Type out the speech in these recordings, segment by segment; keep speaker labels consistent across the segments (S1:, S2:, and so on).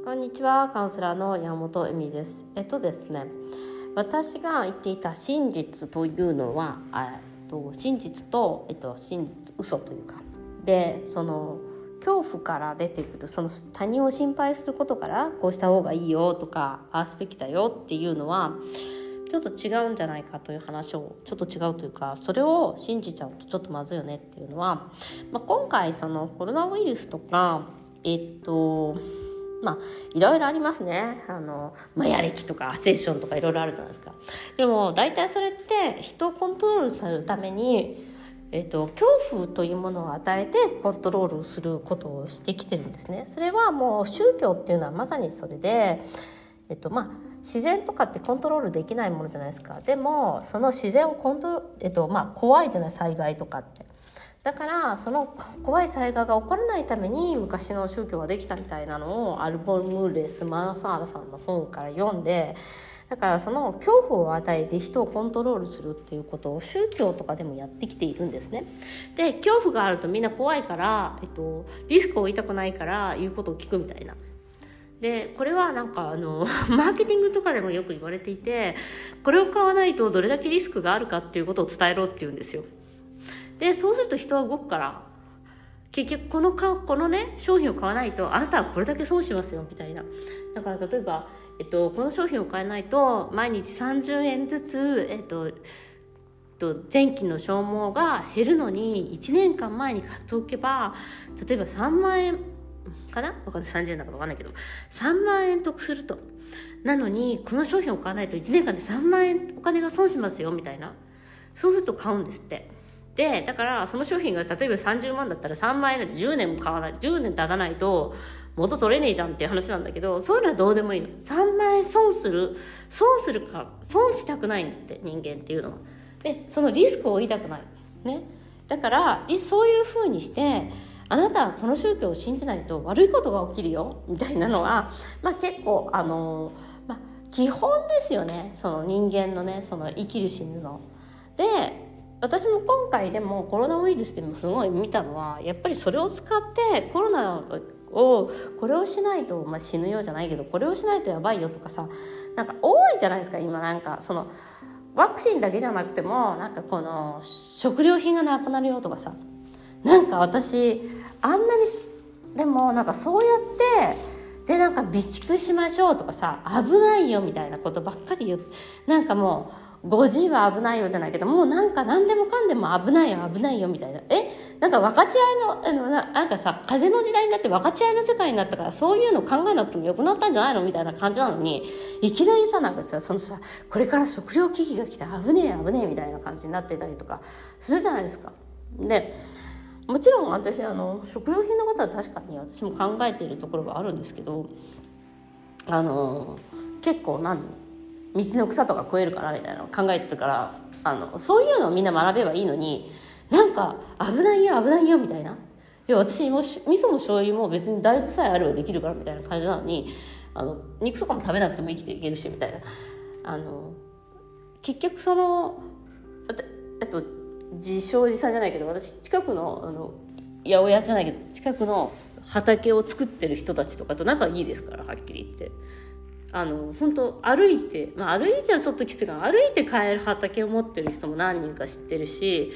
S1: こんにちは、カウンセラーの山本恵美です。ですね、私が言っていた真実というのは、真実と、真実嘘というかで、その恐怖から出てくるその他人を心配することからこうした方がいいよとかああすべきだよっていうのはちょっと違うんじゃないかという話をちょっと違うというか、それを信じちゃうとちょっとまずいよねっていうのは、今回そのコロナウイルスとかいろいろありますね。マヤ暦とかアセッションとかいろいろあるじゃないですか。でも大体それって人をコントロールするために、恐怖というものを与えてコントロールすることをしてきてるんですね。それはもう宗教っていうのはまさにそれで、自然とかってコントロールできないものじゃないですか。でもその自然を怖いじゃない、災害とかって。だからその怖い災害が起こらないために昔の宗教ができたみたいなのをアルボムレス・マナサーラさんの本から読んで、だからその恐怖を与えて人をコントロールするっていうことを宗教とかでもやってきているんですね。で、恐怖があるとみんな怖いから、リスクを負いたくないから言うことを聞くみたいな。で、これはなんかマーケティングとかでもよく言われていて、これを買わないとどれだけリスクがあるかっていうことを伝えろっていうんですよ。で、そうすると人は動くから、結局このね商品を買わないとあなたはこれだけ損しますよみたいな。だから例えば、この商品を買えないと毎日30円ずつ、前期の消耗が減るのに1年間前に買っておけば、例えば3万円かな、分かんない、30円だか分かんないけど3万円得すると。なのにこの商品を買わないと1年間で3万円お金が損しますよみたいな。そうすると買うんですって。で、だからその商品が例えば30万だったら3万円なんて10年も買わない、10年経たないと元取れねえじゃんっていう話なんだけど、そういうのはどうでもいいの。3万円損するか、損したくないんだって、人間っていうのは。で、そのリスクを負いたくないね。だからそういう風にして、あなたはこの宗教を信じないと悪いことが起きるよみたいなのは、結構基本ですよね。その人間のね、その生きる死ぬので、私も今回でもコロナウイルスでもすごい見たのは、やっぱりそれを使ってコロナをこれをしないと、死ぬようじゃないけどこれをしないとやばいよとかさ、なんか多いじゃないですか今。なんかそのワクチンだけじゃなくても、なんかこの食料品がなくなるよとかさ、なんか私あんなにでもなんかそうやってで、なんか備蓄しましょうとかさ、危ないよみたいなことばっかり言う。なんかもう5G は危ないよじゃないけど、もうなんか何でもかんでも危ないよみたいな。なんか分かち合いのなんかさ、風の時代になって分かち合いの世界になったから、そういうの考えなくてもよくなったんじゃないのみたいな感じなのに、いきなりさ、なんかさ、そのさ、これから食料危機が来て危ねえみたいな感じになってたりとかするじゃないですか。で、もちろん私食料品のことは確かに私も考えているところはあるんですけど、結構道の草とか食えるかなみたいなのを考えてるから、そういうのをみんな学べばいいのに、なんか危ないよみたいな。いや、私も味噌も醤油も別に大豆さえあればできるからみたいな感じなのに、肉とかも食べなくても生きていけるしみたいな。結局その自称自賛じゃないけど、私近くの八百屋じゃないけど近くの畑を作ってる人たちとかと仲いいですから、はっきり言って。本当歩いてはちょっときついから歩いて買える畑を持ってる人も何人か知ってるし、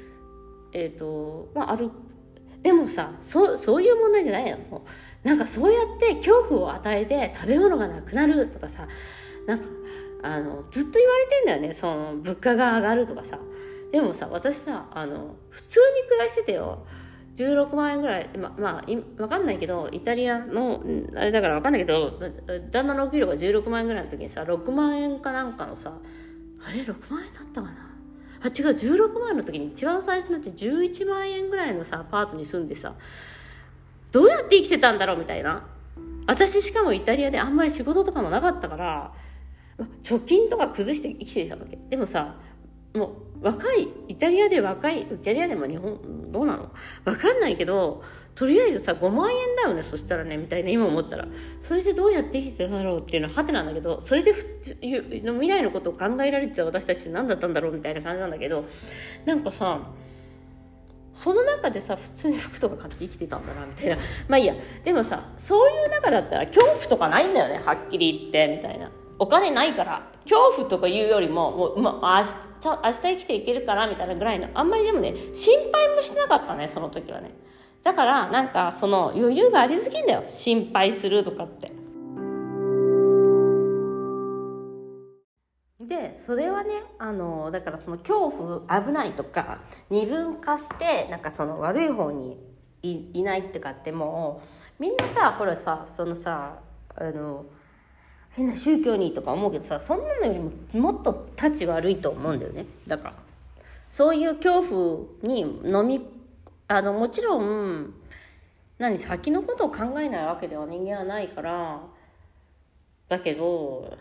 S1: でもさ、そういう問題じゃないの。なんかそうやって恐怖を与えて食べ物がなくなるとかさ、なんかずっと言われてんだよね、その物価が上がるとかさ。でもさ、私さ普通に暮らしててよ、16万円ぐらい、分かんないけど、イタリアのあれだから分かんないけど、旦那のお給料が16万円ぐらいの時にさ、6万円かなんかのさ、あれ6万円だったかな、違う、16万円の時に一番最初になって11万円ぐらいのさアパートに住んでさ、どうやって生きてたんだろうみたいな。私しかもイタリアであんまり仕事とかもなかったから、貯金とか崩して生きてたわけ。でもさ、もうイタリアでも日本どうなの分かんないけど、とりあえずさ5万円だよね、そしたらねみたいな。今思ったらそれでどうやって生きてたんだろうっていうのははてなんだけど、それで未来のことを考えられてた私たちって何だったんだろうみたいな感じなんだけど、なんかさ、 その中でさ普通に服とか買って生きてたんだなみたいな。まあいいや。でもさ、そういう中だったら恐怖とかないんだよね、はっきり言ってみたいな。お金ないから恐怖とか言うよりも、明日生きていけるかなみたいなぐらいの、あんまりでもね心配もしてなかったね、その時はね。だからなんかその余裕がありすぎんだよ、心配するとかって。でそれはね、だからその恐怖危ないとか二分化してなんかその悪い方に いないってかって、もうみんなさ、ほらさ、そのさ変な宗教にとか思うけどさ、そんなのよりももっと立ち悪いと思うんだよね。だからそういう恐怖にもちろん先のことを考えないわけでは人間はないから、だけど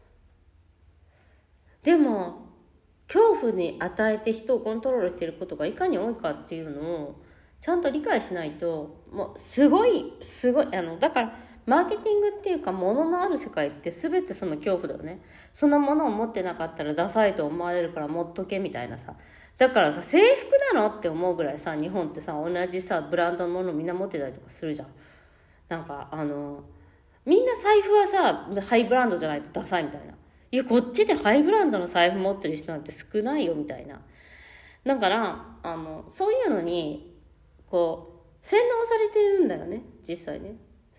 S1: でも恐怖に与えて人をコントロールしていることがいかに多いかっていうのをちゃんと理解しないと、もうすごいだからマーケティングっていうか、物のある世界って全てその恐怖だよね。そのものを持ってなかったらダサいと思われるから持っとけみたいなさ。だからさ、制服なのって思うぐらいさ、日本ってさ同じさブランドのものみんな持ってたりとかするじゃん。なんかみんな財布はさハイブランドじゃないとダサいみたいな。いやこっちでハイブランドの財布持ってる人なんて少ないよみたいな。だからそういうのにこう洗脳されてるんだよね、実際ね。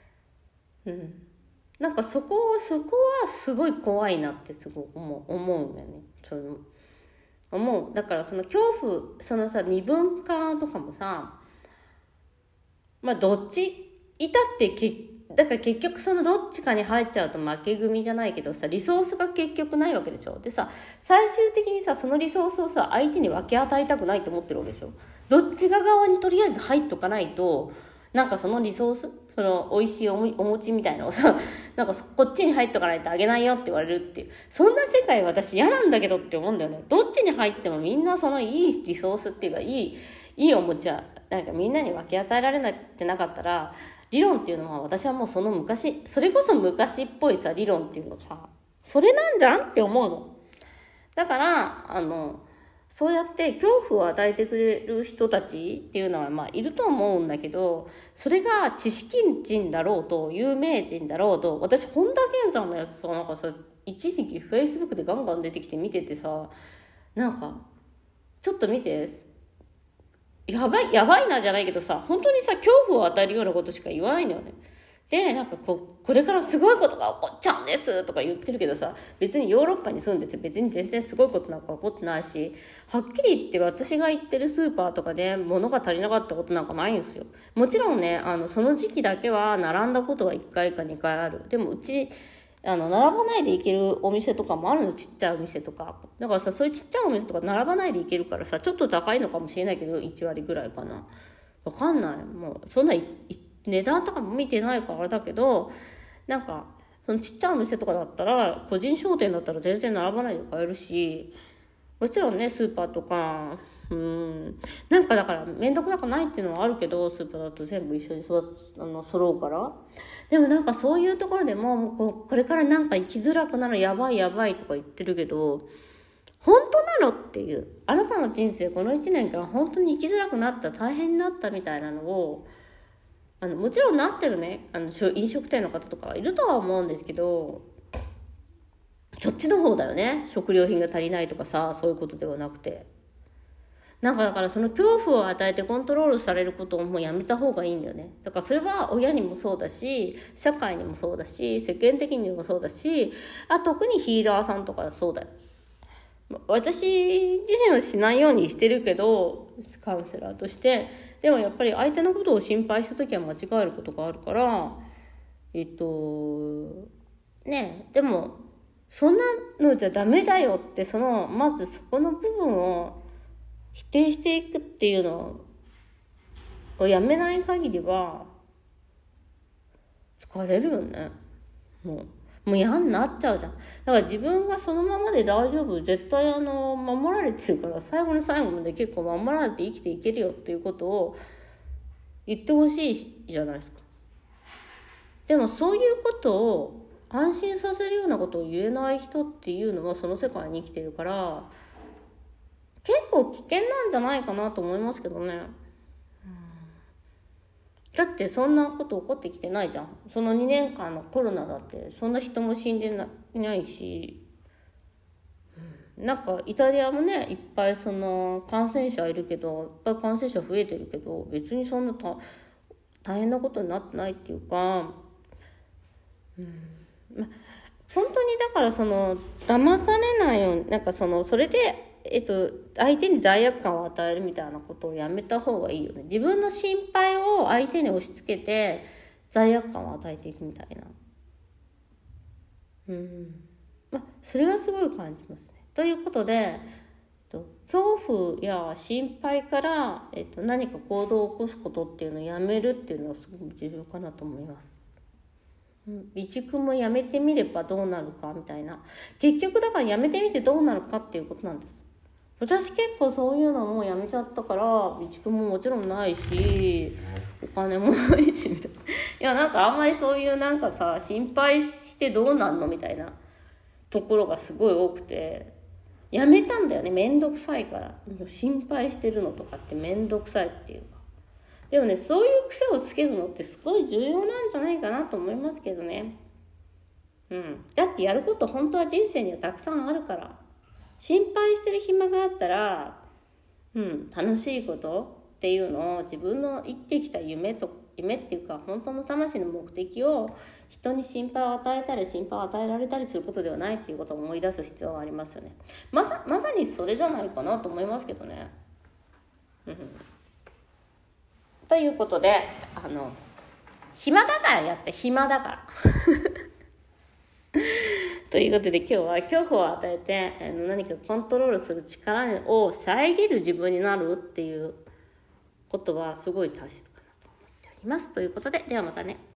S1: なんかそこはすごい怖いなってすごい思うんだよね。思う。だからその恐怖、そのさ二分化とかもさ、まあどっちいたってだから結局そのどっちかに入っちゃうと負け組じゃないけどさ、リソースが結局ないわけでしょ。でさ、最終的にさそのリソースをさ相手に分け与えたくないと思ってるわけでしょ。どっち側にとりあえず入っとかないと、なんかそのリソース、その美味しいお餅みたいなのをさ、なんかこっちに入っとかないとあげないよって言われるっていう、そんな世界私嫌なんだけどって思うんだよね。どっちに入ってもみんなそのいいリソースっていうか、いいお餅はなんかみんなに分け与えられてなかったら、理論っていうのは私はもうそれこそ昔っぽいさ理論っていうのさ、それなんじゃんって思うの。だからそうやって恐怖を与えてくれる人たちっていうのはまあいると思うんだけど、それが知識人だろうと有名人だろうと、私本田健さんのやつさ、なんかさ一時期 Facebook でガンガン出てきて見ててさ、なんかちょっと見て、やばいなじゃないけどさ、本当にさ恐怖を与えるようなことしか言わないんだよね。でなんかこれからすごいことが起こっちゃうんですとか言ってるけどさ、別にヨーロッパに住んでて別に全然すごいことなんか起こってないし、はっきり言って私が行ってるスーパーとかで物が足りなかったことなんかないんですよ。もちろんねその時期だけは並んだことは1回か2回ある。でもうち並ばないで行けるお店とかもあるの、ちっちゃいお店とか。だからさ、そういうちっちゃいお店とか並ばないで行けるからさ、ちょっと高いのかもしれないけど1割ぐらいかな、わかんない。もうそんな値段とかも見てないからだけど、なんかそのちっちゃいお店とかだったら、個人商店だったら全然並ばないで買えるし、もちろんねスーパーとかなんかだから面倒くさくないっていうのはあるけど、スーパーだと全部一緒に揃うから。でもなんかそういうところでもこれからなんか生きづらくなる、やばいとか言ってるけど、本当なのっていう、あなたの人生この1年間本当に生きづらくなった、大変になったみたいなのをもちろんなってるね飲食店の方とかはいるとは思うんですけど、そっちの方だよね。食料品が足りないとかさ、そういうことではなくて、なんかだからその恐怖を与えてコントロールされることをもうやめた方がいいんだよね。だからそれは親にもそうだし、社会にもそうだし、世間的にもそうだし、特にヒーラーさんとかそうだよ。私自身はしないようにしてるけど、カウンセラーとして。でもやっぱり相手のことを心配した時は間違えることがあるから、でもそんなのじゃダメだよって、まずそこの部分を否定していくっていうのをやめない限りは疲れるよね。もう嫌になっちゃうじゃん。だから自分がそのままで大丈夫、絶対守られてるから、最後の最後まで結構守られて生きていけるよっていうことを言ってほしいじゃないですか。でもそういうことを安心させるようなことを言えない人っていうのはその世界に生きてるから、結構危険なんじゃないかなと思いますけどね。 だってそんなこと起こってきてないじゃん。その2年間のコロナだってそんな人も死んでいないし、なんかイタリアもねいっぱいその感染者いるけど、いっぱい感染者増えてるけど、別にそんな大変なことになってないっていうか、本当にだからその騙されないように、なんかそれで相手に罪悪感を与えるみたいなことをやめた方がいいよね。自分の心配を相手に押し付けて罪悪感を与えていくみたいな。それはすごい感じますね。ということで、恐怖や心配から、何か行動を起こすことっていうのをやめるっていうのはすごく重要かなと思います。備蓄もやめてみればどうなるかみたいな。結局だからやめてみてどうなるかっていうことなんです。私結構そういうのもやめちゃったから、備蓄ももちろんないし、お金もないしみたいな。いやなんかあんまりそういうなんかさ、心配してどうなんのみたいなところがすごい多くて、やめたんだよね。めんどくさいから。心配してるのとかってめんどくさいっていうか。でもね、そういう癖をつけるのってすごい重要なんじゃないかなと思いますけどね。だってやること本当は人生にはたくさんあるから。心配してる暇があったら、楽しいことっていうのを、自分の生きてきた夢っていうか本当の魂の目的を人に心配を与えたり心配を与えられたりすることではないっていうことを思い出す必要はありますよね。まさにそれじゃないかなと思いますけどね。ということで、暇だからやって、暇だからということで今日は恐怖を与えて何かコントロールする力を遮る自分になるっていうことはすごい大切かなと思っております。ということで、ではまたね。